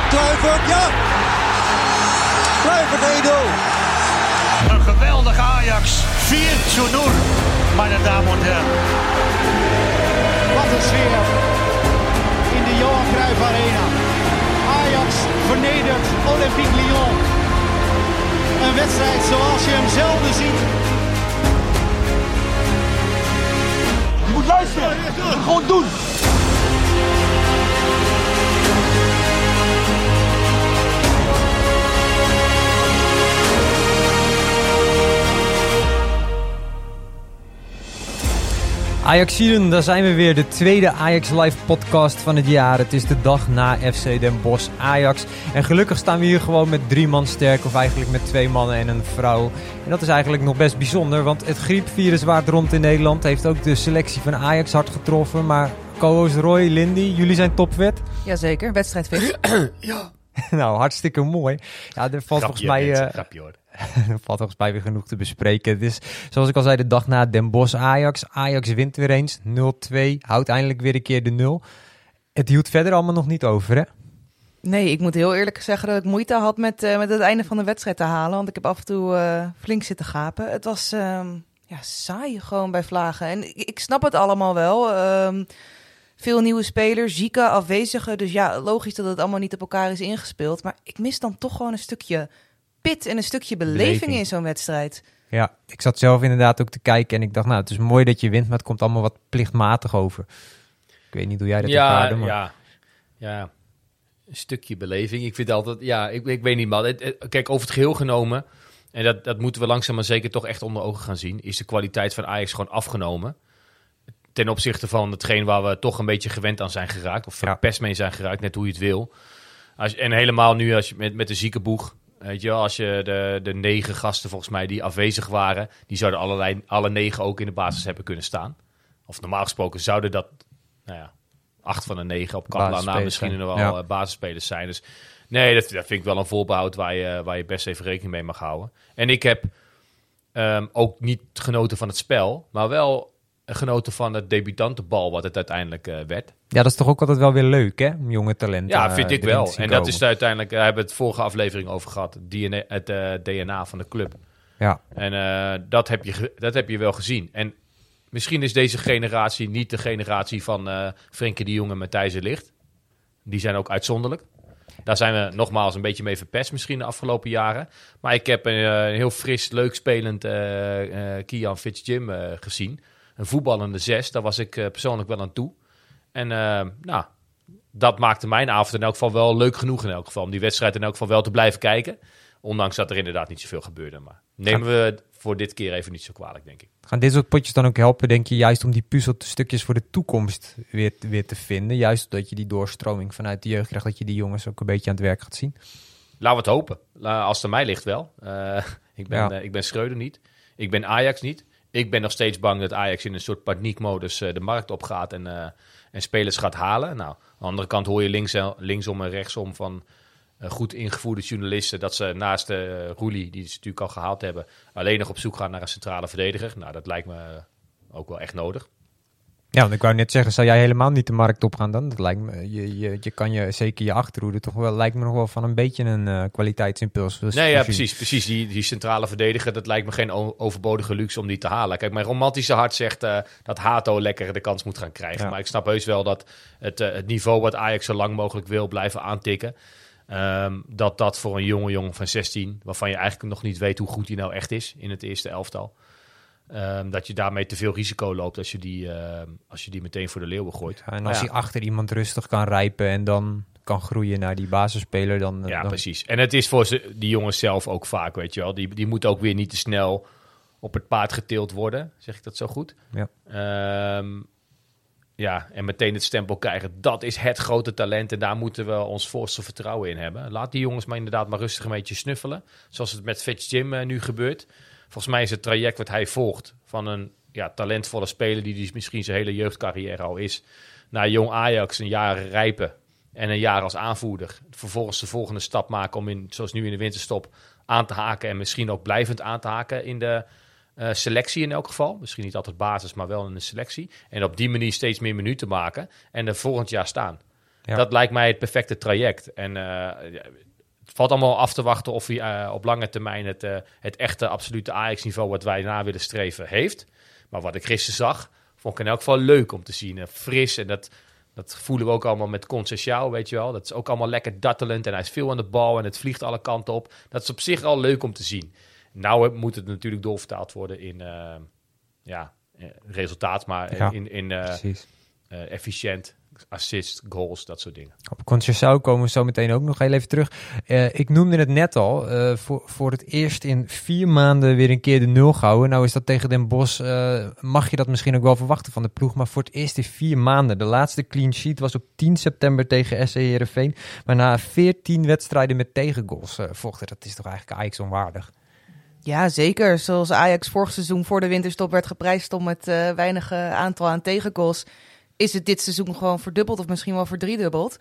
Kluivert, ja! Kluivert 1-0. Een geweldig Ajax. 4-0, meine Damen und Herren. Wat een sfeer in de Johan Cruijff Arena. Ajax vernedert Olympique Lyon. Een wedstrijd zoals je hem zelden ziet. Je moet luisteren. Gewoon doen. Ajaxiden, daar zijn we weer. De tweede Ajax Live podcast van het jaar. Het is de dag na FC Den Bosch Ajax. En gelukkig staan we hier gewoon met 3 man sterk. Of eigenlijk met 2 mannen en een vrouw. En dat is eigenlijk nog best bijzonder. Want het griepvirus waart rond in Nederland. Heeft ook de selectie van Ajax hard getroffen. Maar co-host Roy, Lindy, jullie zijn topfit. Jazeker, wedstrijdfit. Ja. Nou, hartstikke mooi. Ja, er valt volgens mij... grapje hoor. Er valt volgens mij weer genoeg te bespreken. Het is, zoals ik al zei, de dag na Den Bosch Ajax. Ajax wint weer eens 0-2. Houdt eindelijk weer een keer de 0. Het hield verder allemaal nog niet over, hè? Nee, ik moet heel eerlijk zeggen dat ik moeite had met het einde van de wedstrijd te halen. Want ik heb af en toe flink zitten gapen. Het was saai gewoon bij vlagen. En ik snap het allemaal wel. Veel nieuwe spelers, zieke, afwezigen. Dus ja, logisch dat het allemaal niet op elkaar is ingespeeld. Maar ik mis dan toch gewoon een stukje pit en een stukje beleving in zo'n wedstrijd. Ja, ik zat zelf inderdaad ook te kijken en ik dacht, nou, het is mooi dat je wint, maar het komt allemaal wat plichtmatig over. Ik weet niet hoe jij dat ervaarde, maar... Ja, een stukje beleving. Ik vind altijd, ik weet niet, man. Kijk, over het geheel genomen, en dat moeten we langzaam maar zeker toch echt onder ogen gaan zien, is de kwaliteit van Ajax gewoon afgenomen. Ten opzichte van hetgeen waar we toch een beetje gewend aan zijn geraakt, of verpest mee zijn geraakt, net hoe je het wil. En helemaal nu als je met de ziekenboeg. Weet je wel, als je de 9 gasten volgens mij die afwezig waren, die zouden alle 9 ook in de basis hebben kunnen staan. Of normaal gesproken zouden dat, 8 van de 9 op Kaplan na misschien nog wel basisspelers zijn. Dus nee, dat vind ik wel een voorbehoud waar je best even rekening mee mag houden. En ik heb ook niet genoten van het spel, maar wel genoten van het debutantenbal wat het uiteindelijk werd. Ja, dat is toch ook altijd wel weer leuk, hè? Jonge talenten. Ja, vind ik wel. En dat is uiteindelijk, daar hebben we het vorige aflevering over gehad, het DNA van de club. Ja. En dat heb je wel gezien. En misschien is deze generatie niet de generatie van Frenkie de Jong en Matthijs de Ligt. Die zijn ook uitzonderlijk. Daar zijn we nogmaals een beetje mee verpest misschien de afgelopen jaren. Maar ik heb een heel fris, leuk spelend Kian Fitzjim gezien. Een voetballende 6, daar was ik persoonlijk wel aan toe. En dat maakte mijn avond in elk geval wel leuk genoeg in elk geval. Om die wedstrijd in elk geval wel te blijven kijken. Ondanks dat er inderdaad niet zoveel gebeurde. Maar nemen we voor dit keer even niet zo kwalijk, denk ik. Gaan dit soort potjes dan ook helpen, denk je, juist om die puzzelstukjes voor de toekomst weer te vinden? Juist dat je die doorstroming vanuit de jeugd krijgt, dat je die jongens ook een beetje aan het werk gaat zien? Laten we het hopen. Als het aan mij ligt wel. Ik ben Schreuder niet. Ik ben Ajax niet. Ik ben nog steeds bang dat Ajax in een soort paniekmodus de markt opgaat en spelers gaat halen. Nou, aan de andere kant hoor je linksom en rechtsom van goed ingevoerde journalisten dat ze naast Roelie, die ze natuurlijk al gehaald hebben, alleen nog op zoek gaan naar een centrale verdediger. Nou, dat lijkt me ook wel echt nodig. Ja, want ik wou net zeggen, zou jij helemaal niet de markt opgaan dan? Dat lijkt me, je kan zeker je achterhoede toch wel, lijkt me nog wel van een beetje een kwaliteitsimpuls. Nee, ja, precies. Die centrale verdediger, dat lijkt me geen overbodige luxe om die te halen. Kijk, mijn romantische hart zegt dat Hato lekker de kans moet gaan krijgen. Ja. Maar ik snap heus wel dat het niveau wat Ajax zo lang mogelijk wil blijven aantikken, dat voor een jongen van 16, waarvan je eigenlijk nog niet weet hoe goed hij nou echt is in het eerste elftal, dat je daarmee te veel risico loopt als je die meteen voor de leeuwen gooit. Ja, en als hij achter iemand rustig kan rijpen en dan kan groeien naar die basisspeler, dan... Ja, precies. En het is voor die jongens zelf ook vaak, weet je wel. Die moeten ook weer niet te snel op het paard getild worden. Zeg ik dat zo goed? Ja. En meteen het stempel krijgen. Dat is het grote talent en daar moeten we ons voorste vertrouwen in hebben. Laat die jongens maar inderdaad maar rustig een beetje snuffelen. Zoals het met Fitzjim nu gebeurt. Volgens mij is het traject wat hij volgt van een talentvolle speler die misschien zijn hele jeugdcarrière al is, naar jong Ajax, een jaar rijpen en een jaar als aanvoerder. Vervolgens de volgende stap maken om zoals nu in de winterstop, aan te haken en misschien ook blijvend aan te haken in de selectie in elk geval. Misschien niet altijd basis, maar wel in de selectie. En op die manier steeds meer minuten maken en er volgend jaar staan. Ja. Dat lijkt mij het perfecte traject. En het valt allemaal af te wachten of hij op lange termijn het echte absolute Ajax-niveau wat wij na willen streven heeft. Maar wat ik gisteren zag, vond ik in elk geval leuk om te zien. Fris en dat voelen we ook allemaal met Conceição, weet je wel. Dat is ook allemaal lekker dartelend en hij is veel aan de bal en het vliegt alle kanten op. Dat is op zich al leuk om te zien. Nou moet het natuurlijk doorvertaald worden in resultaat, maar in efficiënt, assist, goals, dat soort dingen. Op Conceição komen we zo meteen ook nog heel even terug. Ik noemde het net al, voor het eerst in 4 maanden weer een keer de 0 gehouden. Nou is dat tegen Den Bosch, mag je dat misschien ook wel verwachten van de ploeg, maar voor het eerst in 4 maanden. De laatste clean sheet was op 10 september tegen SC Heerenveen, maar na 14 wedstrijden met tegengoals vochten. Dat is toch eigenlijk Ajax onwaardig? Ja, zeker. Zoals Ajax vorig seizoen voor de winterstop werd geprijsd om het weinige aantal aan tegengoals, is het dit seizoen gewoon verdubbeld of misschien wel verdriedubbeld.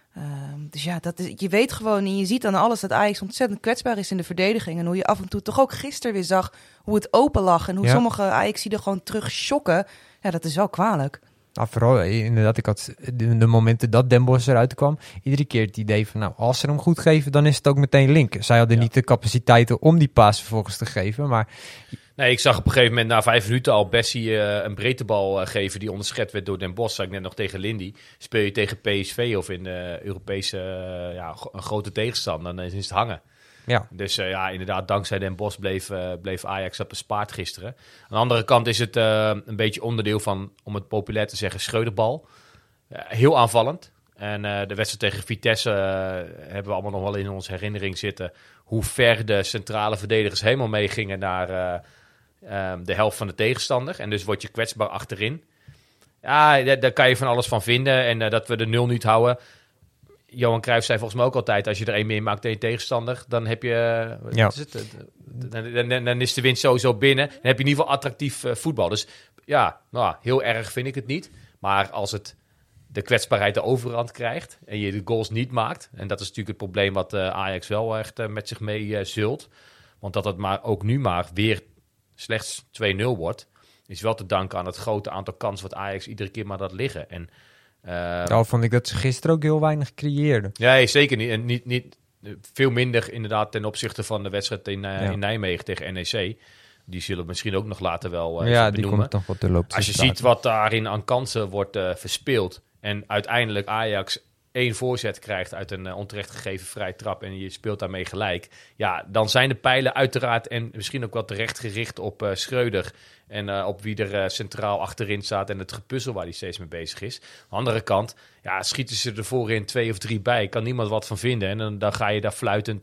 Dus ja, je weet gewoon en je ziet aan alles dat Ajax ontzettend kwetsbaar is in de verdediging. En hoe je af en toe toch ook gisteren weer zag hoe het open lag. En hoe sommige Ajaxiden gewoon terug shocken. Ja, dat is wel kwalijk. Nou, vooral inderdaad, ik had de momenten dat Den Bosch eruit kwam, iedere keer het idee van, nou, als ze hem goed geven, dan is het ook meteen link. Zij hadden niet de capaciteiten om die paas vervolgens te geven, maar... Nee, ik zag op een gegeven moment na 5 minuten al Bessie een breedtebal geven die onderschept werd door Den Bosch. Zag ik net nog tegen Lindy. Speel je tegen PSV of in Europese een grote tegenstander, dan is het hangen. Ja. Dus inderdaad, dankzij Den Bosch bleef Ajax op een spaard gisteren. Aan de andere kant is het een beetje onderdeel van, om het populair te zeggen, Schreuderbal. Heel aanvallend. En de wedstrijd tegen Vitesse hebben we allemaal nog wel in onze herinnering zitten. Hoe ver de centrale verdedigers helemaal meegingen naar de helft van de tegenstander. En dus word je kwetsbaar achterin. Ja, daar kan je van alles van vinden. En dat we de 0 niet houden. Johan Cruijff zei volgens mij ook altijd, als je er 1 meer maakt tegen je tegenstander, dan heb je... Wat is het? Dan is de winst sowieso binnen. Dan heb je in ieder geval attractief voetbal. Dus ja, heel erg vind ik het niet. Maar als het de kwetsbaarheid de overhand krijgt en je de goals niet maakt, en dat is natuurlijk het probleem wat Ajax wel echt met zich mee zult, want dat het maar ook nu maar weer slechts 2-0 wordt, is wel te danken aan het grote aantal kansen wat Ajax iedere keer maar laat liggen. En vond ik dat ze gisteren ook heel weinig creëerden. Ja, zeker niet. En niet veel minder inderdaad ten opzichte van de wedstrijd in Nijmegen tegen NEC. Die zullen we misschien ook nog later wel benoemen. Die komt nog wat te lopen. Als je ziet wat daarin aan kansen wordt verspeeld en uiteindelijk Ajax 1 voorzet krijgt uit een onterecht gegeven vrije trap en je speelt daarmee gelijk. Ja, dan zijn de pijlen uiteraard en misschien ook wel terecht gericht op Schreuder en op wie er centraal achterin staat en het gepuzzel waar hij steeds mee bezig is. Aan de andere kant, schieten ze er voorin 2 of 3 bij, kan niemand wat van vinden. En dan ga je daar fluitend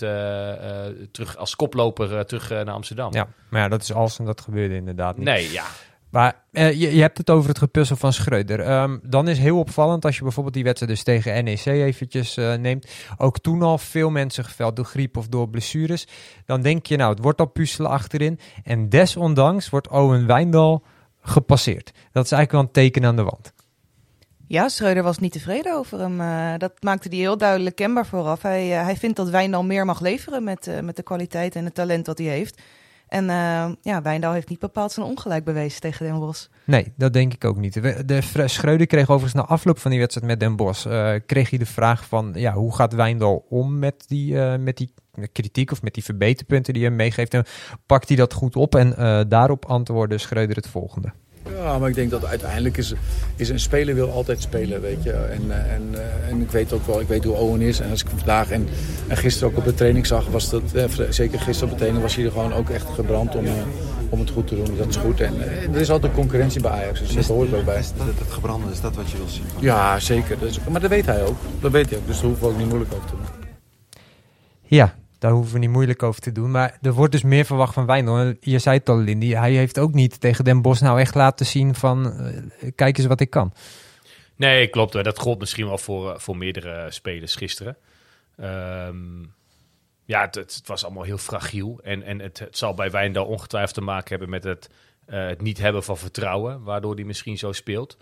terug als koploper terug naar Amsterdam. Ja, maar ja, dat is als en dat gebeurde inderdaad niet. Nee, ja. Maar je hebt het over het gepuzzel van Schreuder. Dan is heel opvallend als je bijvoorbeeld die wedstrijd dus tegen NEC eventjes neemt. Ook toen al veel mensen geveld door griep of door blessures. Dan denk je, het wordt al puzzelen achterin. En desondanks wordt Owen Wijndal gepasseerd. Dat is eigenlijk wel een teken aan de wand. Ja, Schreuder was niet tevreden over hem. Dat maakte hij heel duidelijk kenbaar vooraf. Hij vindt dat Wijndal meer mag leveren met de kwaliteit en het talent dat hij heeft. En Wijndal heeft niet bepaald zijn ongelijk bewezen tegen Den Bosch. Nee, dat denk ik ook niet. Schreuder kreeg overigens na afloop van die wedstrijd met Den Bosch, kreeg hij de vraag van, hoe gaat Wijndal om met die kritiek of met die verbeterpunten die hij hem meegeeft? En pakt hij dat goed op? En daarop antwoordde Schreuder het volgende. Ja, maar ik denk dat uiteindelijk is een speler wil altijd spelen, weet je. En ik weet ook wel, ik weet hoe Owen is. En als ik vandaag en gisteren ook op de training zag, was dat, zeker gisteren op de training, was hij er gewoon ook echt gebrand om het goed te doen. Dus dat is goed. En er is altijd concurrentie bij Ajax, dus dat hoort ook bij. Dat gebrande, is dat wat je wil zien? Ja, zeker. Maar dat weet hij ook. Dus daar hoeven we ook niet moeilijk over te doen. Ja. Daar hoeven we niet moeilijk over te doen. Maar er wordt dus meer verwacht van Wijndal. Je zei het al, Lindy. Hij heeft ook niet tegen Den Bosch nou echt laten zien van kijk eens wat ik kan. Nee, klopt. Dat gold misschien wel voor meerdere spelers gisteren. Het was allemaal heel fragiel. En het zal bij Wijndal ongetwijfeld te maken hebben met het niet hebben van vertrouwen. Waardoor hij misschien zo speelt.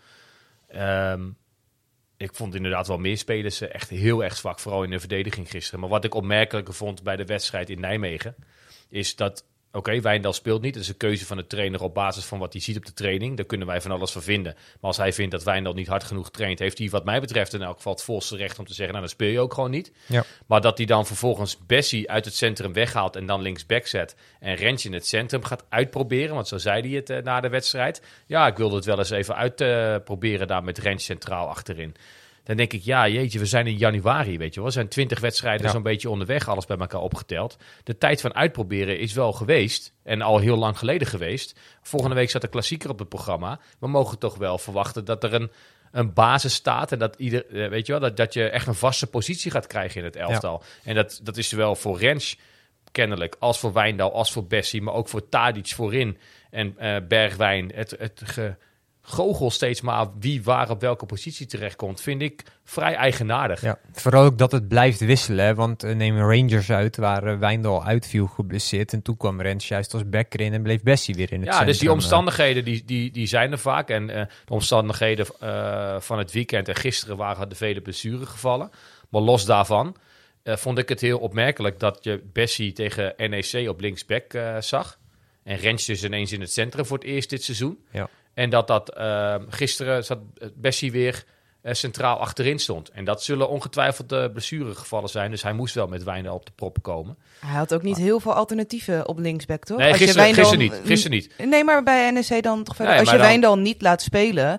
Ik vond inderdaad wel meer spelers echt heel erg zwak, vooral in de verdediging gisteren. Maar wat ik opmerkelijker vond bij de wedstrijd in Nijmegen, is dat Oké, Wijndal speelt niet. Dat is een keuze van de trainer op basis van wat hij ziet op de training. Daar kunnen wij van alles van vinden. Maar als hij vindt dat Wijndal niet hard genoeg traint, heeft hij wat mij betreft in elk geval het volste recht om te zeggen, nou dan speel je ook gewoon niet. Ja. Maar dat hij dan vervolgens Bessie uit het centrum weghaalt en dan linksback zet en Rensje in het centrum gaat uitproberen, want zo zei hij het na de wedstrijd. Ja, ik wilde het wel eens even uitproberen daar met Rensje centraal achterin. Dan denk ik, ja jeetje, we zijn in januari, weet je wel. Er zijn 20 wedstrijden zo'n beetje onderweg, alles bij elkaar opgeteld. De tijd van uitproberen is wel geweest en al heel lang geleden geweest. Volgende week staat de klassieker op het programma. We mogen toch wel verwachten dat er een basis staat en dat weet je wel, dat je echt een vaste positie gaat krijgen in het elftal. Ja. En dat is zowel voor Rens kennelijk, als voor Wijndal, als voor Bessie, maar ook voor Tadic voorin en Bergwijn. Goochel steeds maar wie waar op welke positie terechtkomt, vind ik vrij eigenaardig. Ja, vooral ook dat het blijft wisselen, hè? Want neem Rangers uit, waar Wijndal uitviel geblesseerd en toen kwam Rens juist als backer in en bleef Bessie weer in het centrum. Dus die omstandigheden die zijn er vaak en de omstandigheden van het weekend en gisteren waren de vele blessuren gevallen. Maar los daarvan vond ik het heel opmerkelijk dat je Bessie tegen NEC op linksback zag en Rens dus ineens in het centrum voor het eerst dit seizoen. Ja. En dat gisteren zat Bessie weer centraal achterin stond. En dat zullen ongetwijfeld blessuregevallen zijn. Dus hij moest wel met Wijndal op de proppen komen. Hij had ook niet heel veel alternatieven op linksback, toch? Nee, gisteren niet. Nee, maar bij NEC dan toch verder. Als je Wijndal niet laat spelen,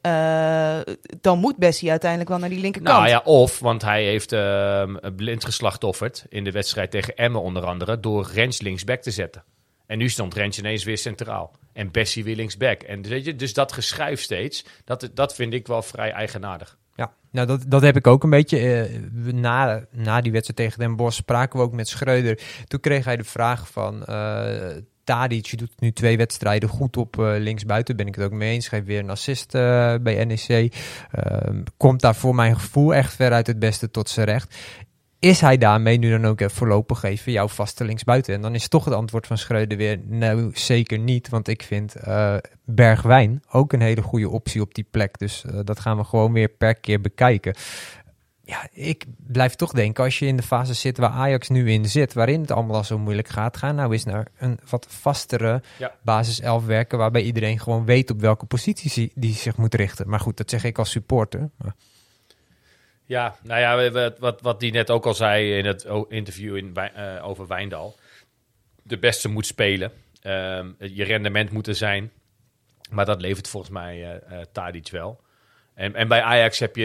dan moet Bessie uiteindelijk wel naar die linkerkant. Nou ja, want hij heeft blind geslachtofferd in de wedstrijd tegen Emmen onder andere door Rens linksback te zetten. En nu stond Rens ineens weer centraal. En Bessie weer linksback. En dus dat geschuif steeds, dat vind ik wel vrij eigenaardig. Ja, nou dat heb ik ook een beetje. Na die wedstrijd tegen Den Bosch spraken we ook met Schreuder. Toen kreeg hij de vraag van Tadic, je doet nu 2 wedstrijden goed op linksbuiten. Ben ik het ook mee eens. Geeft weer een assist bij NEC. Komt daar voor mijn gevoel echt ver uit het beste tot zijn recht. Is hij daarmee nu dan ook voorlopig even jouw vaste linksbuiten? En dan is toch het antwoord van Schreuder weer, nou zeker niet. Want ik vind Bergwijn ook een hele goede optie op die plek. Dus dat gaan we gewoon weer per keer bekijken. Ja, ik blijf toch denken, als je in de fase zit waar Ajax nu in zit, waarin het allemaal al zo moeilijk gaat, ga nou eens naar een wat vastere basis 11 werken, waarbij iedereen gewoon weet op welke positie die zich moet richten. Maar goed, dat zeg ik als supporter. Maar... Ja, nou ja, wat die net ook al zei in het interview over Wijndal. De beste moet spelen. Je rendement moet er zijn. Maar dat levert volgens mij Tadic wel. En bij Ajax heb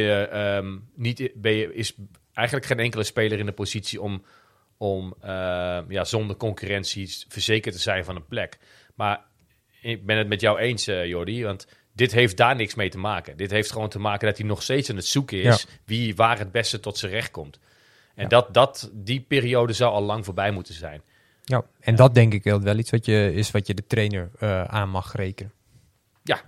je is eigenlijk geen enkele speler in de positie om zonder concurrentie verzekerd te zijn van een plek. Maar ik ben het met jou eens, Jordi, want dit heeft daar niks mee te maken. Dit heeft gewoon te maken dat hij nog steeds aan het zoeken is waar het beste tot zijn recht komt. En die periode zou al lang voorbij moeten zijn. Ja, en dat denk ik wel iets wat je de trainer aan mag rekenen. Ja.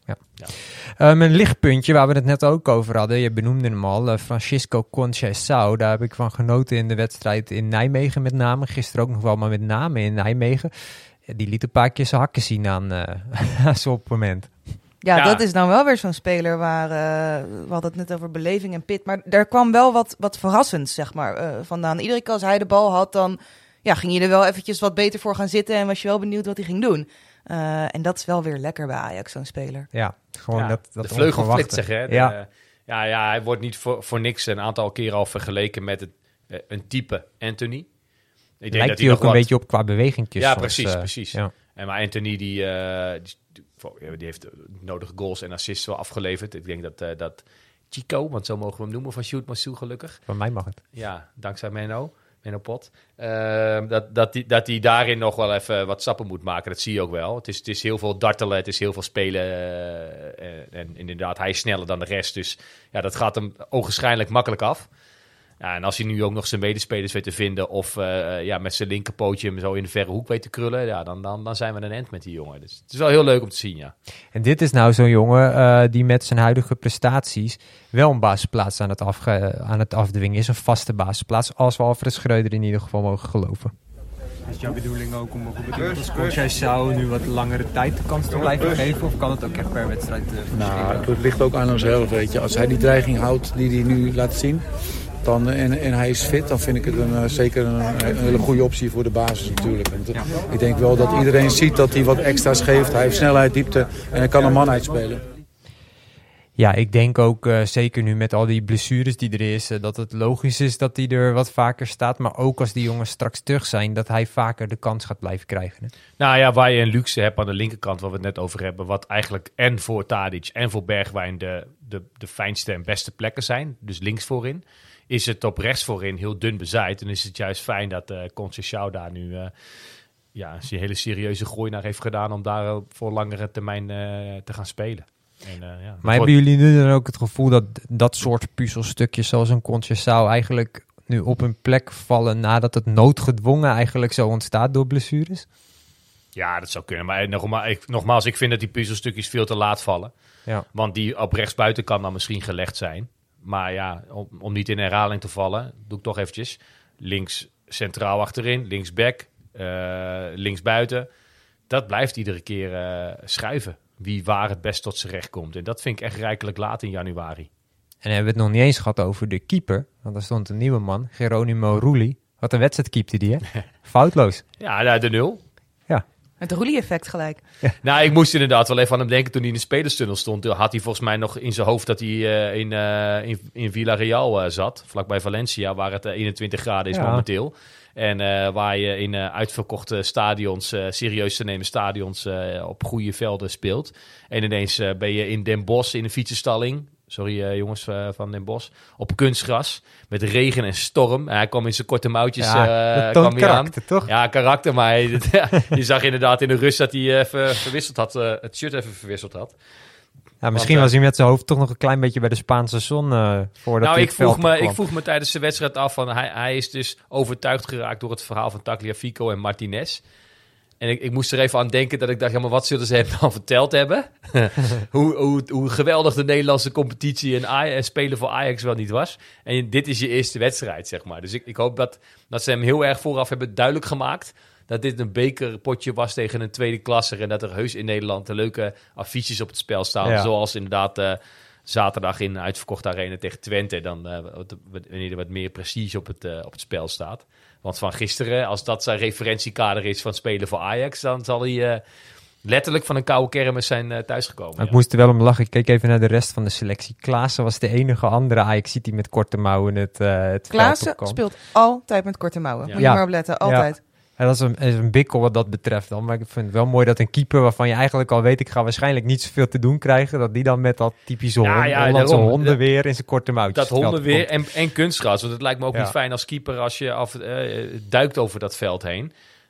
Een lichtpuntje waar we het net ook over hadden, je benoemde hem al, Francisco Conceição. Daar heb ik van genoten in de wedstrijd in Nijmegen met name. Gisteren ook nog wel, maar met name in Nijmegen. Die liet een paar keer zijn hakken zien aan zo'n op moment. Ja, dat is dan wel weer zo'n speler waar... we hadden het net over beleving en pit. Maar daar kwam wel wat verrassends, zeg maar, vandaan. Iedere keer als hij de bal had, dan ging je er wel eventjes wat beter voor gaan zitten. En was je wel benieuwd wat hij ging doen. En dat is wel weer lekker bij Ajax, zo'n speler. Ja, gewoon dat de vleugelflitser, hè? Hij wordt niet voor niks een aantal keren al vergeleken met een type Anthony. Ik denk lijkt hij ook een beetje op qua bewegingjes. Ja, precies. Ja. En maar Anthony die heeft de nodige goals en assists wel afgeleverd. Ik denk dat Chico, want zo mogen we hem noemen, van Sjoerd Massou gelukkig. Van mij mag het. Ja, dankzij Menno Pot. Dat hij daarin nog wel even wat stappen moet maken. Dat zie je ook wel. Het is heel veel dartelen, het is heel veel spelen. En inderdaad, hij is sneller dan de rest. Dus ja, dat gaat hem ogenschijnlijk makkelijk af. Ja, en als hij nu ook nog zijn medespelers weet te vinden of met zijn linkerpootje hem zo in de verre hoek weet te krullen, dan zijn we een end met die jongen. Dus het is wel heel leuk om te zien, ja. En dit is nou zo'n jongen die met zijn huidige prestaties wel een basisplaats aan het afdwingen is. Een vaste basisplaats, als we Alfred Schreuder in ieder geval mogen geloven. Is het jouw bedoeling ook om Conceição nu wat langere tijd de kans te blijven geven? Of kan het ook echt per wedstrijd verschillen? Nou, het ligt ook aan onszelf, weet je. Als hij die dreiging houdt die hij nu laat zien, en hij is fit, dan vind ik het zeker een hele goede optie voor de basis natuurlijk. Want, ik denk wel dat iedereen ziet dat hij wat extra's geeft. Hij heeft snelheid, diepte en hij kan een man uitspelen. Ja, ik denk ook zeker nu met al die blessures die er is, dat het logisch is dat hij er wat vaker staat. Maar ook als die jongens straks terug zijn, dat hij vaker de kans gaat blijven krijgen. Hè? Nou ja, waar je een luxe hebt aan de linkerkant, waar we het net over hebben, wat eigenlijk en voor Tadic en voor Bergwijn de fijnste en beste plekken zijn, dus links voorin, is het op rechts voorin heel dun bezaaid. En is het juist fijn dat Conceição daar nu zijn hele serieuze gooi naar heeft gedaan om daar voor langere termijn te gaan spelen. Maar hebben jullie nu dan ook het gevoel dat dat soort puzzelstukjes zoals een Conceição eigenlijk nu op hun plek vallen nadat het noodgedwongen eigenlijk zo ontstaat door blessures? Ja, dat zou kunnen. Maar nogmaals, ik vind dat die puzzelstukjes veel te laat vallen. Ja. Want die op rechtsbuiten kan dan misschien gelegd zijn. Maar ja, om niet in herhaling te vallen, doe ik toch eventjes. Links centraal achterin, linksback, linksbuiten. Dat blijft iedere keer schuiven. Wie waar het best tot zijn recht komt. En dat vind ik echt rijkelijk laat in januari. En dan hebben we het nog niet eens gehad over de keeper. Want daar stond een nieuwe man, Geronimo Rulli. Wat een wedstrijd keepte die, hè? Foutloos. Ja, de 0. Ja. Het Rulli-effect gelijk. Ja. Nou, ik moest inderdaad wel even aan hem denken toen hij in de spelerstunnel stond. Toen had hij volgens mij nog in zijn hoofd dat hij in Villarreal zat. Vlakbij Valencia, waar het 21 graden is momenteel. En waar je in uitverkochte stadions, serieus te nemen stadions, op goede velden speelt. En ineens ben je in Den Bosch in een fietsenstalling. Sorry jongens van Den Bosch. Op kunstgras met regen en storm. Hij kwam in zijn korte mouwtjes. Dat toont karakter, toch? Ja, karakter. Maar je zag inderdaad in de rust dat hij even verwisseld had. Het shirt even verwisseld had. Ja, misschien was hij met zijn hoofd toch nog een klein beetje bij de Spaanse zon voordat hij het veld kwam. Ik vroeg me tijdens de wedstrijd af van hij is dus overtuigd geraakt door het verhaal van Tagliafico en Martinez. En ik moest er even aan denken dat ik dacht, ja, maar wat zullen ze hem dan verteld hebben? hoe geweldig de Nederlandse competitie en spelen voor Ajax wel niet was. En dit is je eerste wedstrijd, zeg maar. Dus ik hoop dat ze hem heel erg vooraf hebben duidelijk gemaakt dat dit een bekerpotje was tegen een tweede klasser en dat er heus in Nederland leuke affiches op het spel staan. Ja. Zoals inderdaad zaterdag in uitverkochte arena tegen Twente. Dan wanneer er wat meer prestige op het spel staat. Want van gisteren, als dat zijn referentiekader is van spelen voor Ajax, dan zal hij letterlijk van een koude kermis zijn thuisgekomen. Ik moest er wel om lachen. Ik keek even naar de rest van de selectie. Klaassen was de enige andere Ajax die met korte mouwen het Klaassen speelt altijd met korte mouwen. Moet je maar opletten, altijd. Ja. Ja, dat is een bikkel wat dat betreft dan. Maar ik vind het wel mooi dat een keeper waarvan je eigenlijk al weet, ik ga waarschijnlijk niet zoveel te doen krijgen, dat die dan met dat typische Hollandse hondenweer in zijn korte mouwtjes. Dat hondenweer en kunstgras. Want het lijkt me ook niet fijn als keeper als je duikt over dat veld heen.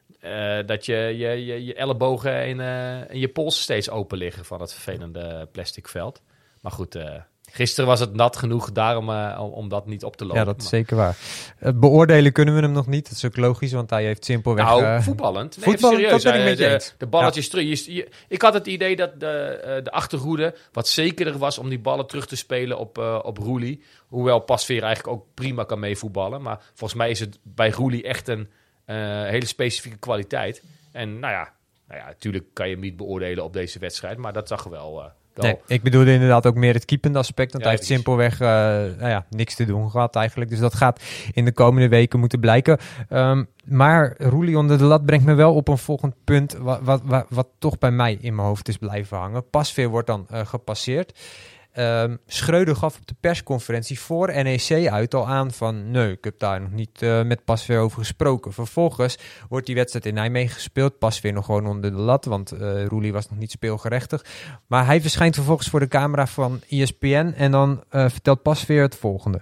Dat je ellebogen en je polsen steeds open liggen van het vervelende plastic veld. Maar goed, gisteren was het nat genoeg daarom om dat niet op te lopen. Ja, dat is zeker waar. Beoordelen kunnen we hem nog niet. Dat is ook logisch, want hij heeft simpelweg... voetballend. Nee, serieus. Dat ben ik met je eens. De balletjes terug. Ik had het idee dat de achterhoede wat zekerder was om die ballen terug te spelen op Rulli. Hoewel Pasveer eigenlijk ook prima kan meevoetballen. Maar volgens mij is het bij Rulli echt een hele specifieke kwaliteit. En nou ja, natuurlijk kan je hem niet beoordelen op deze wedstrijd. Maar dat zag er wel... Nee, ik bedoelde inderdaad ook meer het keepende aspect. Want hij heeft simpelweg niks te doen gehad eigenlijk. Dus dat gaat in de komende weken moeten blijken. Maar Rulli onder de lat brengt me wel op een volgend punt. Wat toch bij mij in mijn hoofd is blijven hangen. Pasveer wordt dan gepasseerd. Schreuder gaf op de persconferentie voor NEC uit al aan van nee, ik heb daar nog niet met Pasveer over gesproken. Vervolgens wordt die wedstrijd in Nijmegen gespeeld. Pasveer nog gewoon onder de lat, want Rulli was nog niet speelgerechtig. Maar hij verschijnt vervolgens voor de camera van ESPN en dan vertelt Pasveer het volgende.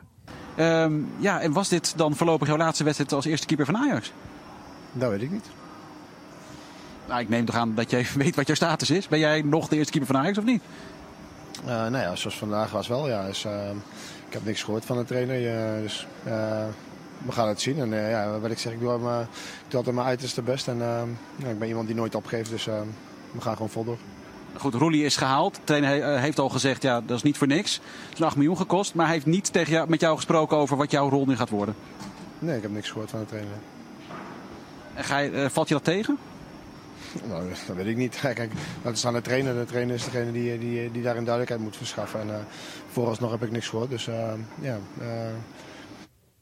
En was dit dan voorlopig jouw laatste wedstrijd als eerste keeper van Ajax? Dat weet ik niet. Nou, ik neem toch aan dat jij weet wat jouw status is. Ben jij nog de eerste keeper van Ajax of niet? Zoals vandaag was wel, ja. Dus, ik heb niks gehoord van de trainer. We gaan het zien. En wat ik zeg, ik doe altijd mijn uiterste best. En ik ben iemand die nooit opgeeft, dus we gaan gewoon vol door. Goed, Rulli is gehaald. De trainer heeft al gezegd, ja, dat is niet voor niks. Het is 8 miljoen gekost, maar hij heeft niet met jou gesproken over wat jouw rol nu gaat worden. Nee, ik heb niks gehoord van de trainer. En valt je dat tegen? Nou, dat weet ik niet. Kijk, dat is aan de trainer. De trainer is degene die daarin duidelijkheid moet verschaffen. En vooralsnog heb ik niks gehoord. Dus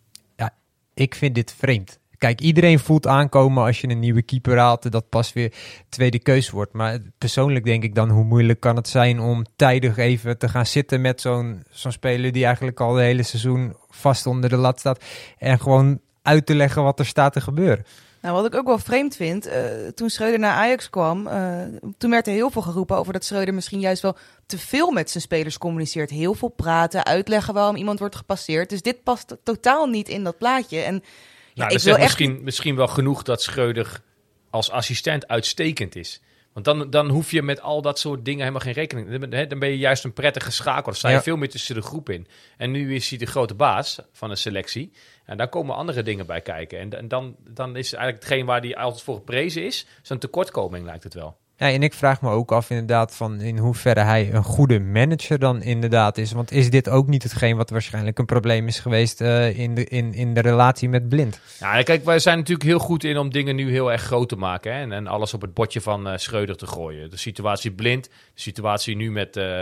ik vind dit vreemd. Kijk, iedereen voelt aankomen als je een nieuwe keeper haalt, dat pas weer tweede keus wordt. Maar persoonlijk denk ik dan, hoe moeilijk kan het zijn om tijdig even te gaan zitten met zo'n speler die eigenlijk al het hele seizoen vast onder de lat staat en gewoon uit te leggen wat er staat te gebeuren. Nou, wat ik ook wel vreemd vind, toen Schreuder naar Ajax kwam, toen werd er heel veel geroepen over dat Schreuder misschien juist wel te veel met zijn spelers communiceert. Heel veel praten, uitleggen waarom iemand wordt gepasseerd. Dus dit past totaal niet in dat plaatje. En ja, dat is misschien wel genoeg dat Schreuder als assistent uitstekend is. Want dan hoef je met al dat soort dingen helemaal geen rekening. Dan ben je juist een prettige schakel. Dan sta je veel meer tussen de groep in. En nu is hij de grote baas van een selectie. En daar komen andere dingen bij kijken. En dan is eigenlijk hetgeen waar hij altijd voor geprezen is, zo'n tekortkoming lijkt het wel. Ja, en ik vraag me ook af inderdaad van in hoeverre hij een goede manager dan inderdaad is. Want is dit ook niet hetgeen wat waarschijnlijk een probleem is geweest in de relatie met Blind? Ja, kijk, wij zijn natuurlijk heel goed in om dingen nu heel erg groot te maken. Hè? En alles op het bordje van Schreuder te gooien. De situatie Blind, de situatie nu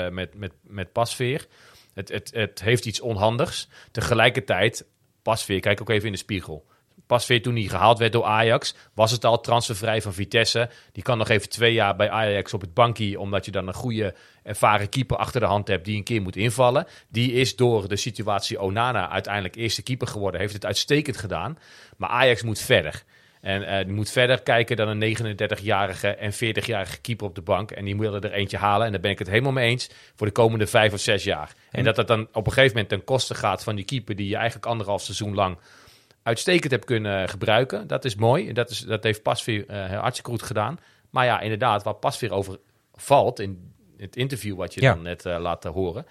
met Pasveer. Het heeft iets onhandigs. Tegelijkertijd, Pasveer, kijk ook even in de spiegel. Pasveer toen hij gehaald werd door Ajax, was het al transfervrij van Vitesse. Die kan nog even 2 jaar bij Ajax op het bankje, omdat je dan een goede ervaren keeper achter de hand hebt die een keer moet invallen. Die is door de situatie Onana uiteindelijk eerste keeper geworden. Heeft het uitstekend gedaan. Maar Ajax moet verder. En die moet verder kijken dan een 39-jarige en 40-jarige keeper op de bank. En die willen er eentje halen. En daar ben ik het helemaal mee eens voor de komende 5 of 6 jaar. En dat dan op een gegeven moment ten koste gaat van die keeper die je eigenlijk 1,5 seizoen lang uitstekend hebt kunnen gebruiken. Dat is mooi. Dat heeft Pasveer hartstikke goed gedaan. Maar ja, inderdaad, waar Pasveer over valt in het interview wat je dan net laat horen,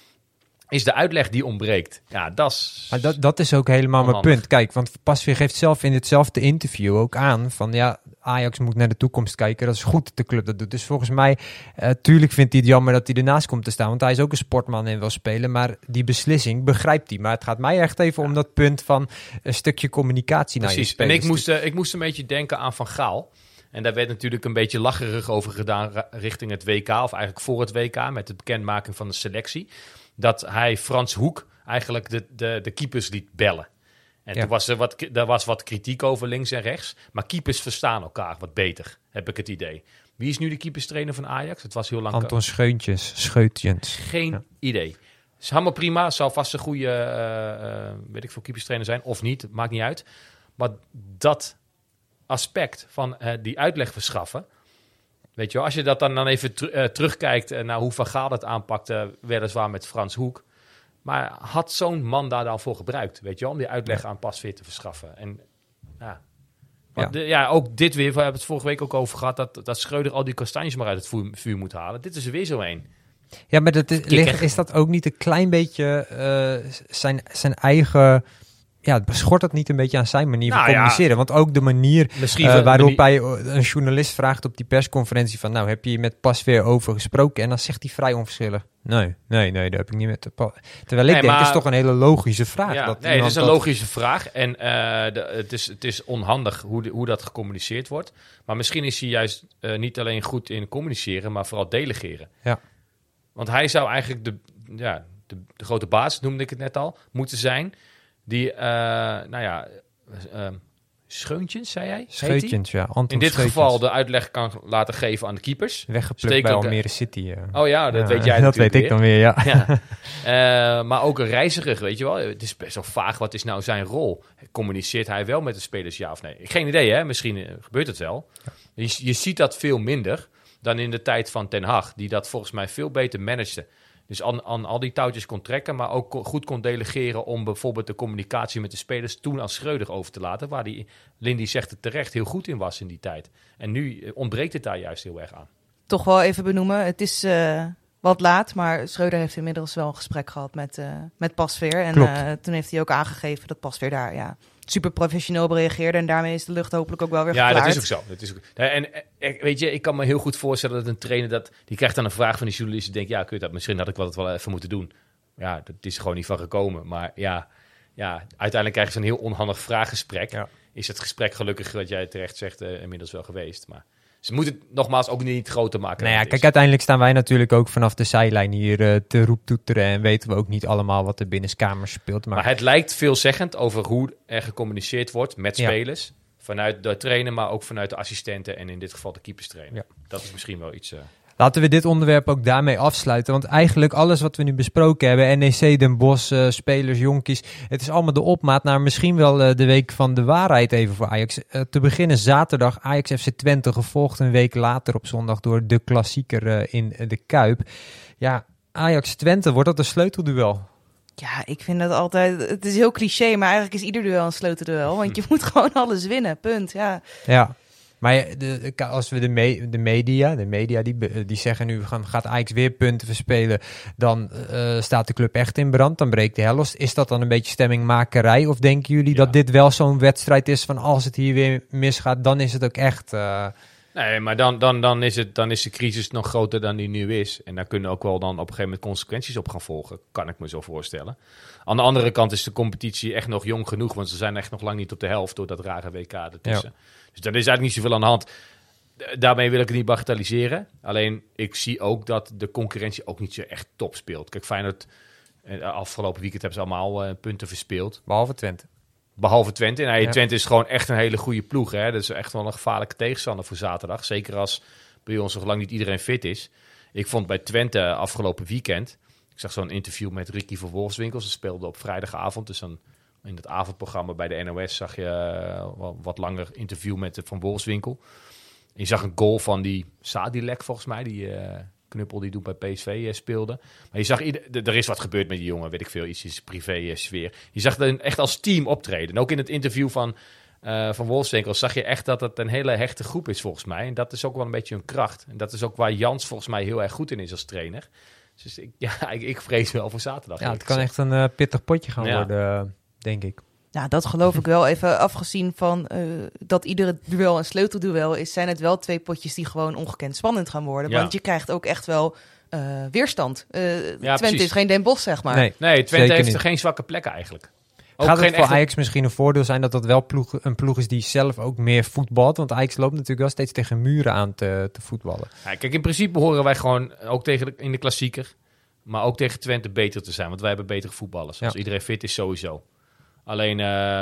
is de uitleg die ontbreekt. Ja, dat is ook helemaal mijn punt. Kijk, want Pasveer geeft zelf in hetzelfde interview ook aan van ja, Ajax moet naar de toekomst kijken. Dat is goed dat de club dat doet. Dus volgens mij, tuurlijk vindt hij het jammer dat hij ernaast komt te staan. Want hij is ook een sportman en wil spelen. Maar die beslissing begrijpt hij. Maar het gaat mij echt even om dat punt van een stukje communicatie naar je spelers. En ik moest een beetje denken aan Van Gaal. En daar werd natuurlijk een beetje lacherig over gedaan richting het WK. Of eigenlijk voor het WK met de bekendmaking van de selectie. Dat hij Frans Hoek eigenlijk de keepers liet bellen. En toen was wat kritiek over links en rechts. Maar keepers verstaan elkaar wat beter, heb ik het idee. Wie is nu de keeperstrainer van Ajax? Het was heel lang. Anton Scheutjens. Geen idee. Is helemaal prima. Zal vast een goede, keeperstrainer zijn. Of niet, maakt niet uit. Maar dat aspect van die uitleg verschaffen. Weet je wel, als je dat dan even terugkijkt naar hoe Van Gaal het aanpakte, weliswaar met Frans Hoek. Maar had zo'n man daar dan voor gebruikt, weet je wel, om die uitleg aan Pasveer te verschaffen. En ook dit weer, we hebben het vorige week ook over gehad, dat Schreuder al die kastanjes maar uit het vuur moet halen. Dit is er weer zo een. Ja, maar is dat ook niet een klein beetje zijn eigen. Ja, schort dat niet een beetje aan zijn manier van communiceren? Ja. Want ook de manier waarop hij een journalist vraagt op die persconferentie van, nou, heb je met Pasveer over gesproken? En dan zegt hij vrij onverschillig, nee, daar heb ik niet met Terwijl ik denk, het is toch een hele logische vraag. Ja, het is een logische vraag. En het is onhandig hoe dat gecommuniceerd wordt. Maar misschien is hij juist niet alleen goed in communiceren, maar vooral delegeren. Ja. Want hij zou eigenlijk de grote baas, noemde ik het net al, moeten zijn. Die, Scheuntjens, zei jij? Scheutjens, ja. Anton in dit geval de uitleg kan laten geven aan de keepers. Weggeplukt bij Almere City. Oh ja, dat weet jij dat weet ik dan weer, ja. Maar ook een reiziger, weet je wel. Het is best wel vaag, wat is nou zijn rol? Communiceert hij wel met de spelers, ja of nee? Geen idee, hè? Misschien gebeurt het wel. Ja. Je ziet dat veel minder dan in de tijd van Ten Hag, die dat volgens mij veel beter managede. Dus aan al die touwtjes kon trekken, maar ook goed kon delegeren om bijvoorbeeld de communicatie met de spelers toen aan Schreuder over te laten, waar Lindy zegt het terecht heel goed in was in die tijd. En nu ontbreekt het daar juist heel erg aan. Toch wel even benoemen, het is wat laat, maar Schreuder heeft inmiddels wel een gesprek gehad met Pasveer. En toen heeft hij ook aangegeven dat Pasveer daar super professioneel reageerde en daarmee is de lucht hopelijk ook wel weer geklaard. Ja, dat is ook zo. En weet je, ik kan me heel goed voorstellen dat een trainer die krijgt dan een vraag van die journalist en denkt, ja, kun je dat, misschien had ik wel even moeten doen. Ja, dat is gewoon niet van gekomen. Maar ja, uiteindelijk krijg je zo'n heel onhandig vraaggesprek. Ja. Is het gesprek gelukkig, wat jij terecht zegt, inmiddels wel geweest. Maar Ze moeten het nogmaals ook niet groter maken. Nou ja, kijk, uiteindelijk staan wij natuurlijk ook vanaf de zijlijn hier te roeptoeteren en weten we ook niet allemaal wat er binnenskamers speelt. Maar het lijkt veelzeggend over hoe er gecommuniceerd wordt met spelers. Vanuit de trainer, maar ook vanuit de assistenten en in dit geval de keeperstrainer. Ja. Dat is misschien wel iets... Laten we dit onderwerp ook daarmee afsluiten. Want eigenlijk alles wat we nu besproken hebben... NEC, Den Bosch, spelers, jonkies... het is allemaal de opmaat naar misschien wel de week van de waarheid even voor Ajax. Te beginnen zaterdag Ajax FC Twente... gevolgd een week later op zondag door de klassieker in de Kuip. Ja, Ajax Twente, wordt dat een sleutelduel? Ja, ik vind dat altijd... Het is heel cliché, maar eigenlijk is ieder duel een sleutelduel. Want je moet gewoon alles winnen, punt. Ja. Maar als we de media die zeggen nu gaat Ajax weer punten verspelen, dan staat de club echt in brand, dan breekt de helft. Is dat dan een beetje stemmingmakerij? Of denken jullie dat dit wel zo'n wedstrijd is van als het hier weer misgaat, dan is het ook echt... Nee, maar dan is de crisis nog groter dan die nu is. En daar kunnen ook wel dan op een gegeven moment consequenties op gaan volgen. Kan ik me zo voorstellen. Aan de andere kant is de competitie echt nog jong genoeg. Want ze zijn echt nog lang niet op de helft door dat rare WK ertussen. Ja. Dus daar is eigenlijk niet zoveel aan de hand. Daarmee wil ik het niet bagatelliseren. Alleen ik zie ook dat de concurrentie ook niet zo echt top speelt. Kijk, Feyenoord, afgelopen weekend hebben ze allemaal punten verspeeld. Behalve Twente. En Twente is gewoon echt een hele goede ploeg. Hè? Dat is echt wel een gevaarlijke tegenstander voor zaterdag. Zeker als bij ons nog lang niet iedereen fit is. Ik vond bij Twente afgelopen weekend... Ik zag zo'n interview met Ricky van Wolfswinkel. Ze speelden op vrijdagavond. Dus dan in het avondprogramma bij de NOS zag je wat langer interview met Van Wolfswinkel. En je zag een goal van die Sadilek volgens mij. Die knuppel die doet bij PSV speelde. Maar je zag, er is wat gebeurd met die jongen. Weet ik veel, iets in zijn privé sfeer. Je zag hem echt als team optreden. En ook in het interview van Wolfswinkel zag je echt dat het een hele hechte groep is volgens mij. En dat is ook wel een beetje hun kracht. En dat is ook waar Jans volgens mij heel erg goed in is als trainer. Dus ik vrees wel voor zaterdag. Ja, het kan echt een pittig potje gaan worden, denk ik. Nou, dat geloof ik wel. Even afgezien van dat iedere duel een sleutelduel is, zijn het wel 2 potjes die gewoon ongekend spannend gaan worden. Ja. Want je krijgt ook echt wel weerstand. Twente is geen Den Bosch, zeg maar. Nee, Twente heeft er geen zwakke plekken eigenlijk. Ook gaat het voor Ajax misschien een voordeel zijn dat dat wel een ploeg is die zelf ook meer voetbalt? Want Ajax loopt natuurlijk wel steeds tegen muren aan te voetballen. Ja, kijk, in principe horen wij gewoon ook in de klassieker, maar ook tegen Twente beter te zijn. Want wij hebben betere voetballers. Als iedereen fit is, sowieso. Alleen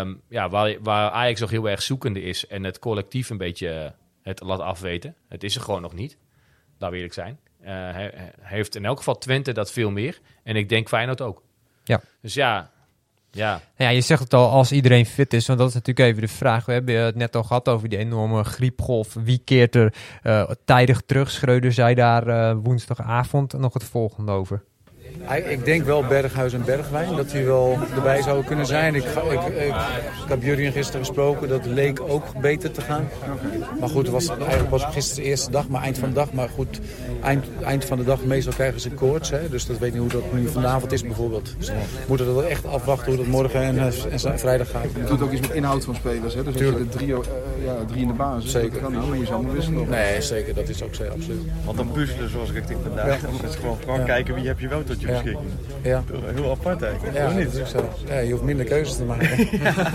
waar Ajax nog heel erg zoekende is en het collectief een beetje het laat afweten. Het is er gewoon nog niet. Laten we eerlijk zijn. Heeft in elk geval Twente dat veel meer. En ik denk Feyenoord ook. Ja. Dus ja. Ja, je zegt het al, als iedereen fit is, want dat is natuurlijk even de vraag. We hebben het net al gehad over die enorme griepgolf. Wie keert er tijdig terug? Schreuder zei daar woensdagavond nog het volgende over. Ik denk wel Berghuis en Bergwijn, dat die wel erbij zouden kunnen zijn. Ik heb Jurien gisteren gesproken, dat leek ook beter te gaan. Maar goed, het was eigenlijk pas gisteren de eerste dag, maar eind van de dag. Maar goed, eind van de dag meestal krijgen ze koorts. Hè? Dus dat weet niet hoe dat nu vanavond is bijvoorbeeld. Dus we moeten dat wel echt afwachten hoe dat morgen en vrijdag gaat. Het doet ook iets met inhoud van spelers. Hè? Dus tuurlijk. Als je de drie in de basis, zeker. Dan moet je ze allemaal wisselen. Nee, zeker. Dat is ook zo, absoluut. Want dan puzzelen zoals ik het vandaag. Ja. Dat is gewoon kijken wie heb je wel tot je beschikking. Ja. Heel apart eigenlijk. Ja, niet. Dat is zo. Ja, je hoeft minder keuzes te maken.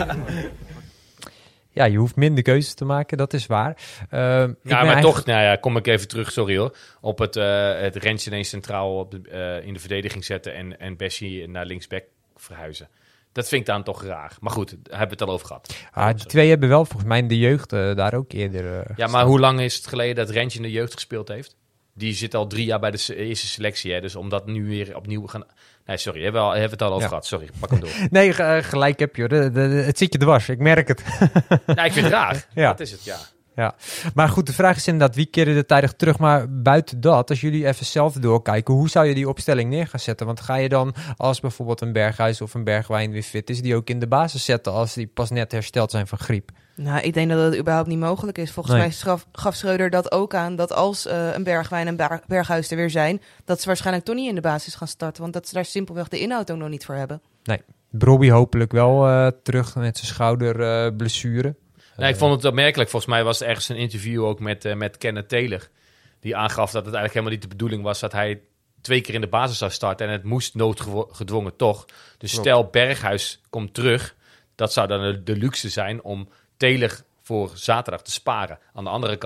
Ja, je hoeft minder keuzes te maken, dat is waar. Toch, kom ik even terug, sorry hoor. Op het Rens ineens centraal in de verdediging zetten en Bessie naar linksback verhuizen. Dat vind ik dan toch raar. Maar goed, daar hebben we het al over gehad. Die twee hebben wel volgens mij in de jeugd daar ook eerder... maar hoe lang is het geleden dat Rens in de jeugd gespeeld heeft? Die zit al 3 jaar bij de eerste selectie. Hè? Dus om dat nu weer opnieuw gaan... Nee, sorry, hebben we het al over gehad. Sorry, pak hem door. Nee, gelijk heb je. Het zit je dwars, ik merk het. Ik vind het raar. Ja. Dat is het, ja. Maar goed, de vraag is inderdaad, wie keren er tijdig terug? Maar buiten dat, als jullie even zelf doorkijken, hoe zou je die opstelling neer gaan zetten? Want ga je dan, als bijvoorbeeld een Berghuis of een Bergwijn weer fit is, die ook in de basis zetten als die pas net hersteld zijn van griep? Nou, ik denk dat het überhaupt niet mogelijk is. Volgens mij gaf Schreuder dat ook aan, dat als een Bergwijn en Berghuis er weer zijn, dat ze waarschijnlijk toch niet in de basis gaan starten, want dat ze daar simpelweg de inhoud ook nog niet voor hebben. Nee, Brobbey hopelijk wel terug met zijn schouderblessure. Nee, ik vond het opmerkelijk. Volgens mij was er ergens een interview ook met Kenneth Taylor, die aangaf dat het eigenlijk helemaal niet de bedoeling was dat hij 2 keer in de basis zou starten en het moest noodgedwongen toch. Dus stel Berghuis komt terug, dat zou dan de luxe zijn om Taylor voor zaterdag te sparen. Aan de andere kant,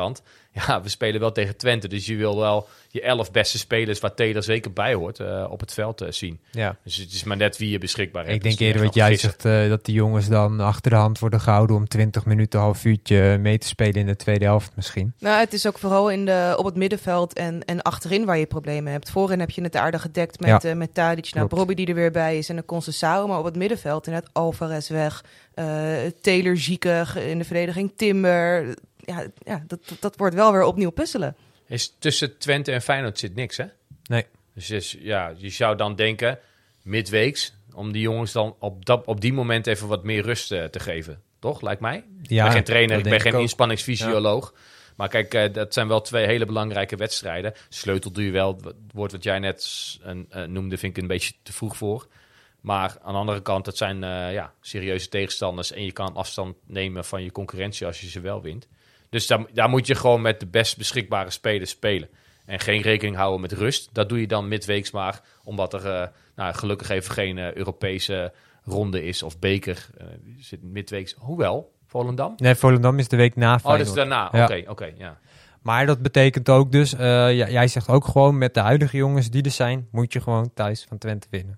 ja, we spelen wel tegen Twente. Dus je wil wel je 11 beste spelers, waar Taylor zeker bij hoort, op het veld zien. Ja. Dus het is maar net wie je beschikbaar hebt. Ik denk dus eerder wat jij zegt, dat die jongens dan achter de hand worden gehouden om 20 minuten, een half uurtje mee te spelen in de tweede helft misschien. Nou, het is ook vooral op het middenveld en achterin waar je problemen hebt. Voorin heb je het aardig gedekt met Tadic, Brobby die er weer bij is en een Conceição. Maar op het middenveld inderdaad Alvarez weg, Taylor ziekig in de verdediging, Timber. Ja, dat wordt wel weer opnieuw puzzelen. Is tussen Twente en Feyenoord zit niks, hè? Nee. Dus je zou dan denken, midweeks, om die jongens dan op die moment even wat meer rust te geven. Toch, lijkt mij? Ja, ik ben geen trainer, ik ben geen inspanningsfysioloog. Ja. Maar kijk, dat zijn wel 2 hele belangrijke wedstrijden. Sleutelduel, het woord wat jij net noemde, vind ik een beetje te vroeg voor. Maar aan de andere kant, dat zijn serieuze tegenstanders. En je kan afstand nemen van je concurrentie als je ze wel wint. Dus daar moet je gewoon met de best beschikbare spelers spelen. En geen rekening houden met rust. Dat doe je dan midweeks maar, omdat er gelukkig even geen Europese ronde is of beker. Zit midweeks, hoewel, Volendam? Nee, Volendam is de week na Feyenoord. Oh, dat is daarna. Ja. Oké, ja. Maar dat betekent ook dus, jij zegt ook gewoon met de huidige jongens die er zijn, moet je gewoon thuis van Twente winnen.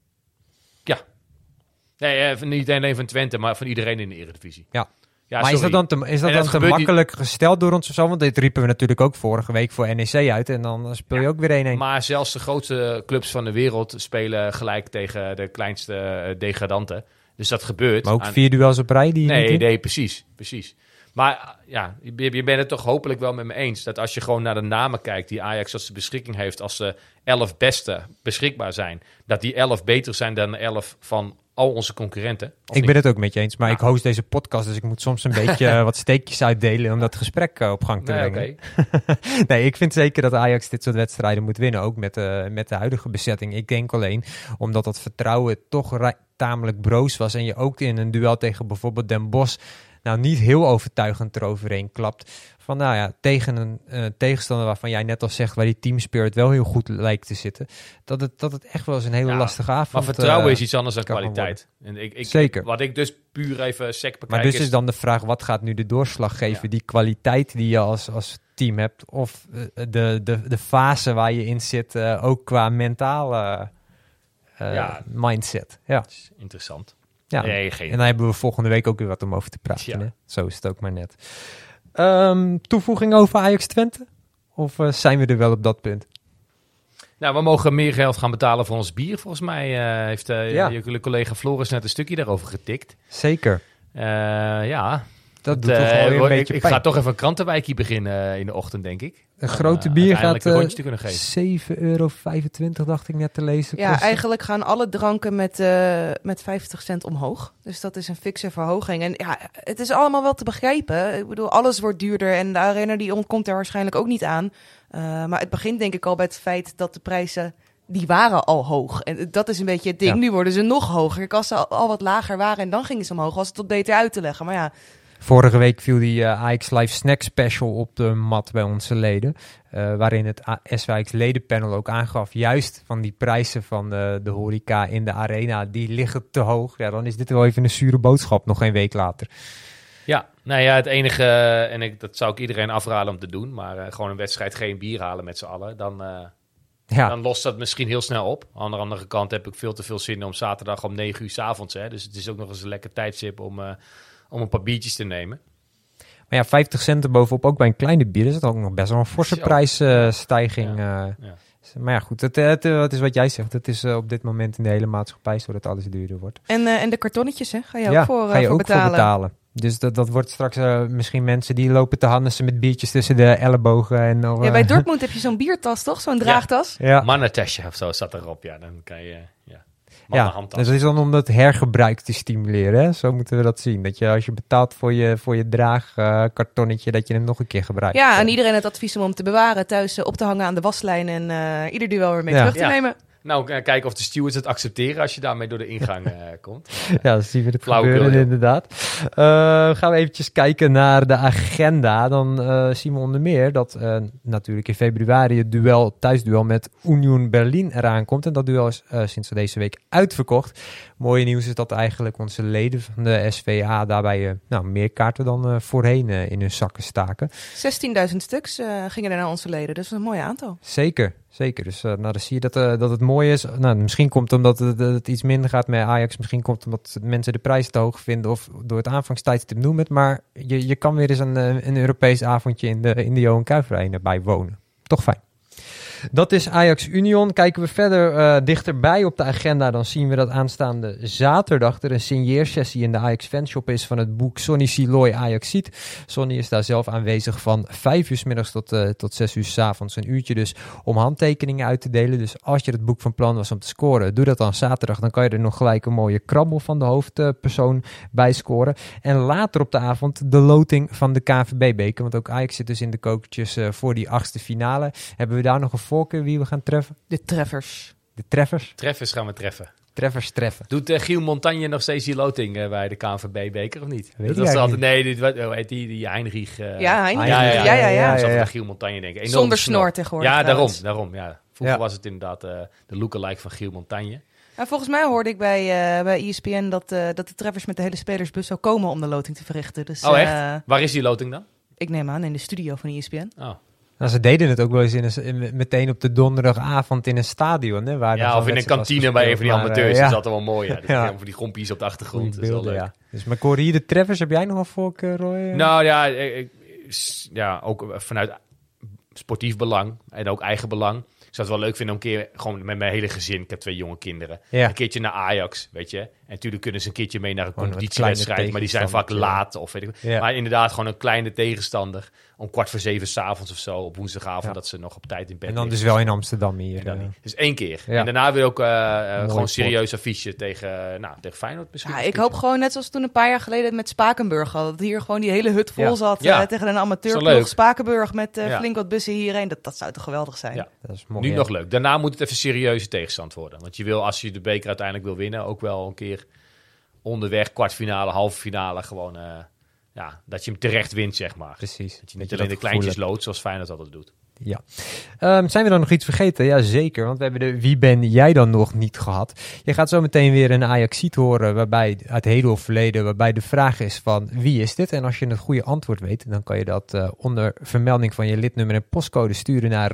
Ja. Nee, niet alleen van Twente, maar van iedereen in de Eredivisie. Ja. Ja, maar sorry. is dat dan te makkelijk gesteld door ons of zo? Want dit riepen we natuurlijk ook vorige week voor NEC uit. En dan speel je ook weer 1-1. Maar zelfs de grootste clubs van de wereld spelen gelijk tegen de kleinste degradanten. Dus dat gebeurt. Maar ook 4 duels op rij? Nee, precies. Maar ja, je bent het toch hopelijk wel met me eens. Dat als je gewoon naar de namen kijkt die Ajax als de beschikking heeft. Als de 11 beste beschikbaar zijn. Dat die 11 beter zijn dan de 11 van al onze concurrenten. Ik ben het ook met je eens, maar ik host deze podcast, dus ik moet soms een beetje wat steekjes uitdelen om dat gesprek op gang te brengen. Okay. Nee, ik vind zeker dat Ajax dit soort wedstrijden moet winnen, ook met de huidige bezetting. Ik denk alleen, omdat dat vertrouwen toch tamelijk broos was en je ook in een duel tegen bijvoorbeeld Den Bosch niet heel overtuigend eroverheen klapt. Van tegen een tegenstander waarvan jij net al zegt, waar die teamspirit wel heel goed lijkt te zitten, dat het echt wel eens een hele lastige avond. Maar vertrouwen is iets anders dan kwaliteit. En zeker. Wat ik dus puur even sec bekijk. Maar dus is dan de vraag, wat gaat nu de doorslag geven? Ja. Die kwaliteit die je als team hebt, of de fase waar je in zit, ook qua mentale mindset. Ja. Interessant. Ja. Nee, en dan hebben we volgende week ook weer wat om over te praten. Hè? Zo is het ook maar net. Toevoeging over Ajax Twente? Of zijn we er wel op dat punt? Nou, we mogen meer geld gaan betalen voor ons bier. Volgens mij heeft je collega Floris net een stukje daarover getikt. Zeker. Dat doet toch wel weer een beetje ik ga toch even een krantenwijkje beginnen in de ochtend, denk ik. Een grote bier gaat een rondje te kunnen geven. €7,25 dacht ik net te lezen. Ja, kosten. Eigenlijk gaan alle dranken met 50 cent omhoog. Dus dat is een fikse verhoging. En ja, het is allemaal wel te begrijpen. Ik bedoel, alles wordt duurder en de arena die ontkomt er waarschijnlijk ook niet aan. Maar het begint denk ik al bij het feit dat de prijzen, die waren al hoog. En dat is een beetje het ding. Ja. Nu worden ze nog hoger. Als ze al wat lager waren en dan gingen ze omhoog, was het wat beter uit te leggen. Maar ja. Vorige week viel die Ajax Live Snack Special op de mat bij onze leden. Waarin het SVAX ledenpanel ook aangaf, juist van die prijzen van de horeca in de arena, die liggen te hoog. Ja, dan is dit wel even een zure boodschap, nog geen week later. Ja, nou ja, het enige, en dat zou ik iedereen afraden om te doen, maar gewoon een wedstrijd geen bier halen met z'n allen, dan lost dat misschien heel snel op. Aan de andere kant heb ik veel te veel zin om zaterdag om 9 uur 's avonds. Dus het is ook nog eens een lekker tijdstip om een paar biertjes te nemen. Maar ja, 50 cent erbovenop, ook bij een kleine bier, is het ook nog best wel een forse prijsstijging. Ja. Maar ja, goed, het is wat jij zegt. Het is op dit moment in de hele maatschappij zo dat alles duurder wordt. En de kartonnetjes, hè? Ga je ook voor betalen? Dus dat wordt straks misschien mensen die lopen te hannissen met biertjes tussen de ellebogen. En, bij Dortmund heb je zo'n biertas, toch? Zo'n draagtas? Ja. Mannentasje of zo zat erop. Ja, dan kan je... dus dat is dan om dat hergebruik te stimuleren. Hè? Zo moeten we dat zien. Dat je als je betaalt voor je draagkartonnetje, dat je hem nog een keer gebruikt. Ja, en iedereen het advies om te bewaren thuis op te hangen aan de waslijn en ieder duel weer mee terug te nemen. Nou, kijken of de stewards het accepteren als je daarmee door de ingang komt. Ja, dan zien we het gebeuren inderdaad. Gaan we eventjes kijken naar de agenda. Dan zien we onder meer dat natuurlijk in februari het thuisduel met Union Berlin eraan komt. En dat duel is sinds deze week uitverkocht. Mooie nieuws is dat eigenlijk onze leden van de SVA daarbij meer kaarten dan voorheen in hun zakken staken. 16.000 stuks gingen er naar onze leden, dus dat is een mooi aantal. Zeker. Dus dan zie je dat het mooi is. Nou, misschien komt het omdat het iets minder gaat met Ajax. Misschien komt het omdat mensen de prijs te hoog vinden of door het aanvangstijdstip noem het. Maar je kan weer eens een Europees avondje in de Johan Cruijff Arena bijwonen. Toch fijn. Dat is Ajax Union. Kijken we verder dichterbij op de agenda, dan zien we dat aanstaande zaterdag er een signeersessie in de Ajax Fanshop is van het boek Sonny Siloy Ajax ziet. Sonny is daar zelf aanwezig van 5 uur 's middags tot 6 uur 's avonds. Een uurtje dus om handtekeningen uit te delen. Dus als je het boek van plan was om te scoren, doe dat dan zaterdag. Dan kan je er nog gelijk een mooie krabbel van de hoofdpersoon bij scoren. En later op de avond de loting van de KNVB-beker. Want ook Ajax zit dus in de kokertjes voor die 8e finale. Hebben we daar nog een voorkeur wie we gaan treffen? De treffers. De treffers? Treffers gaan we treffen. Treffers treffen. Doet Giel Montagne nog steeds die loting bij de KNVB-beker of niet? Weet dat was altijd, nee, die Heinrich. Ja, Heinrich. Ja. Dat was Giel Montagne, denk ik. Enorm zonder snor tegenwoordig. Ja, daarom. Ja. Vroeger was het inderdaad de lookalike van Giel Montagne. Nou, volgens mij hoorde ik bij ESPN dat de treffers met de hele spelersbus zou komen om de loting te verrichten. Dus, echt? Waar is die loting dan? Ik neem aan in de studio van ESPN. Oh. Nou, ze deden het ook wel eens meteen op de donderdagavond in een stadion. Hè, waar of in een kantine bij een van die amateurs. Dat is altijd wel mooi. Ja. Voor die gompjes op de achtergrond. Beelden, dat is wel leuk. Ja. Dus, maar ik hoorde hier de treffers. Heb jij nog een voorkeur, Roy? Nou ja, ook vanuit sportief belang en ook eigen belang. Ik zou het wel leuk vinden om een keer gewoon met mijn hele gezin, ik heb 2 jonge kinderen, een keertje naar Ajax, weet je. En natuurlijk kunnen ze een keertje mee naar een competitiewedstrijd, maar die zijn vaak laat of weet ik. Ja. Maar inderdaad gewoon een kleine tegenstander om 6:45 s'avonds of zo op woensdagavond dat ze nog op tijd in bed en dan liggen. Dus wel in Amsterdam hier. Dus 1 keer. Ja. En daarna weer ook gewoon serieus affiche tegen Feyenoord misschien. Ja, ik hoop gewoon net zoals toen een paar jaar geleden met Spakenburg al, dat hier gewoon die hele hut vol zat tegen een amateurploeg. Spakenburg met flink wat bussen hierheen. Dat zou toch geweldig zijn. Ja. Dat is mooi. Nu nog leuk. Daarna moet het even serieuze tegenstand worden. Want je wil, als je de beker uiteindelijk wil winnen, ook wel een keer onderweg, kwartfinale, halve finale, gewoon dat je hem terecht wint, zeg maar. Precies. Dat je niet alleen de kleintjes loodt, zoals Feyenoord altijd doet. Ja. Zijn we dan nog iets vergeten? Ja, zeker. Want we hebben de Wie ben jij dan nog niet gehad. Je gaat zo meteen weer een Ajaxiet horen waarbij uit heden of verleden, waarbij de vraag is van wie is dit? En als je het goede antwoord weet, dan kan je dat onder vermelding van je lidnummer en postcode sturen naar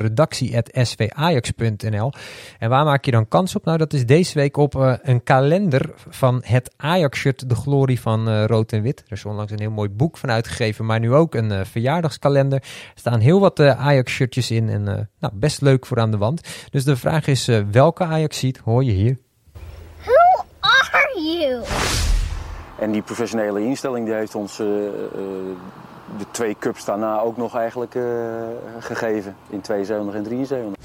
redactie@svajax.nl. En waar maak je dan kans op? Nou, dat is deze week op een kalender van het Ajax-shirt De Glorie van Rood en Wit. Er is onlangs een heel mooi boek van uitgegeven, maar nu ook een verjaardagskalender. Er staan heel wat Ajax-shirtjes in en best leuk voor aan de wand. Dus de vraag is, welke Ajaxiet hoor je hier? Who are you? En die professionele instelling die heeft ons de 2 cups daarna ook nog eigenlijk gegeven. In 72 en 73.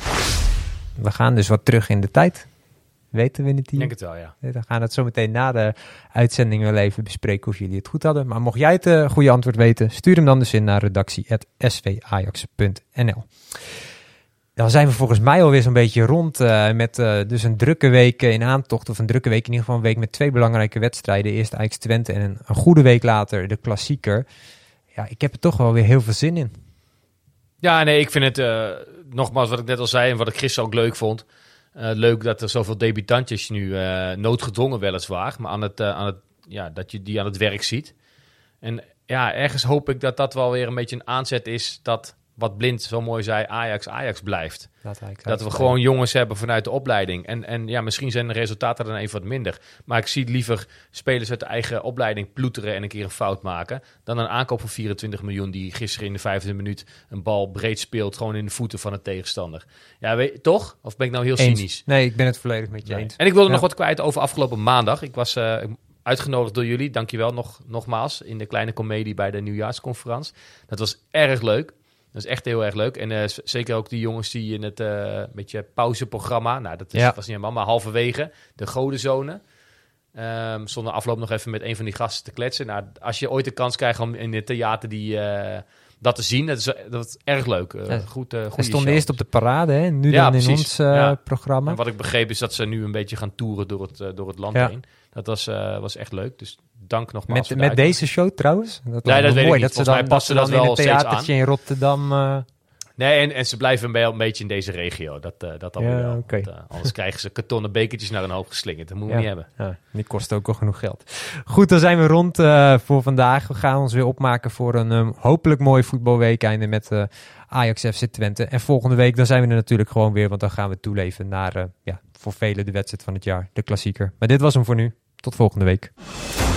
We gaan dus wat terug in de tijd. Weten we het hier? Ik denk het wel, ja. Dan gaan we het zo meteen na de uitzending wel even bespreken of jullie het goed hadden. Maar mocht jij het goede antwoord weten, stuur hem dan dus in naar redactie@svajax.nl. Dan zijn we volgens mij alweer zo'n beetje rond met dus een drukke week in aantocht. Of een drukke week, in ieder geval een week met 2 belangrijke wedstrijden. Eerst Ajax Twente en een goede week later de klassieker. Ja, ik heb er toch wel weer heel veel zin in. Ja, nee, ik vind het nogmaals wat ik net al zei en wat ik gisteren ook leuk vond. Leuk dat er zoveel debutantjes nu noodgedwongen weliswaar, maar dat je die aan het werk ziet. En ja, ergens hoop ik dat dat wel weer een beetje een aanzet is dat, wat Blind zo mooi zei, Ajax blijft. Dat we gewoon jongens hebben vanuit de opleiding. En ja, misschien zijn de resultaten dan even wat minder. Maar ik zie liever spelers uit de eigen opleiding ploeteren en een keer een fout maken, dan een aankoop van 24 miljoen die gisteren in de 5e minuut een bal breed speelt, gewoon in de voeten van de tegenstander. Ja, toch? Of ben ik nou heel cynisch? Nee, ik ben het volledig met je eens. En ik wilde nog wat kwijt over afgelopen maandag. Ik was uitgenodigd door jullie, dankjewel nogmaals, in de kleine comedie bij de nieuwjaarsconferentie. Dat was erg leuk. Dat is echt heel erg leuk. En zeker ook die jongens die in het beetje pauzeprogramma, was niet helemaal, maar halverwege, de Godenzone. Zonder afloop nog even met een van die gasten te kletsen. Nou, als je ooit de kans krijgt om in het theater dat te zien, dat is erg leuk. Goed, ze stonden eerst op de parade, hè? Nu dan in ons programma. En wat ik begreep is dat ze nu een beetje gaan toeren door het land heen. Dat was echt leuk, dus dank nogmaals. Met deze show trouwens? Dat weet mooi dat ze dan passen dat wel in een theatertje in Rotterdam... Nee, en ze blijven een beetje in deze regio. Dat alweer wel. Okay. Want, anders krijgen ze kartonnen bekertjes naar hun hoofd geslingerd. Dat moeten we niet hebben. Ja, die kosten ook al genoeg geld. Goed, dan zijn we rond voor vandaag. We gaan ons weer opmaken voor een hopelijk mooi voetbalweekeinde met Ajax FC Twente. En volgende week dan zijn we er natuurlijk gewoon weer. Want dan gaan we toeleven naar voor velen de wedstrijd van het jaar. De klassieker. Maar dit was hem voor nu. Tot volgende week.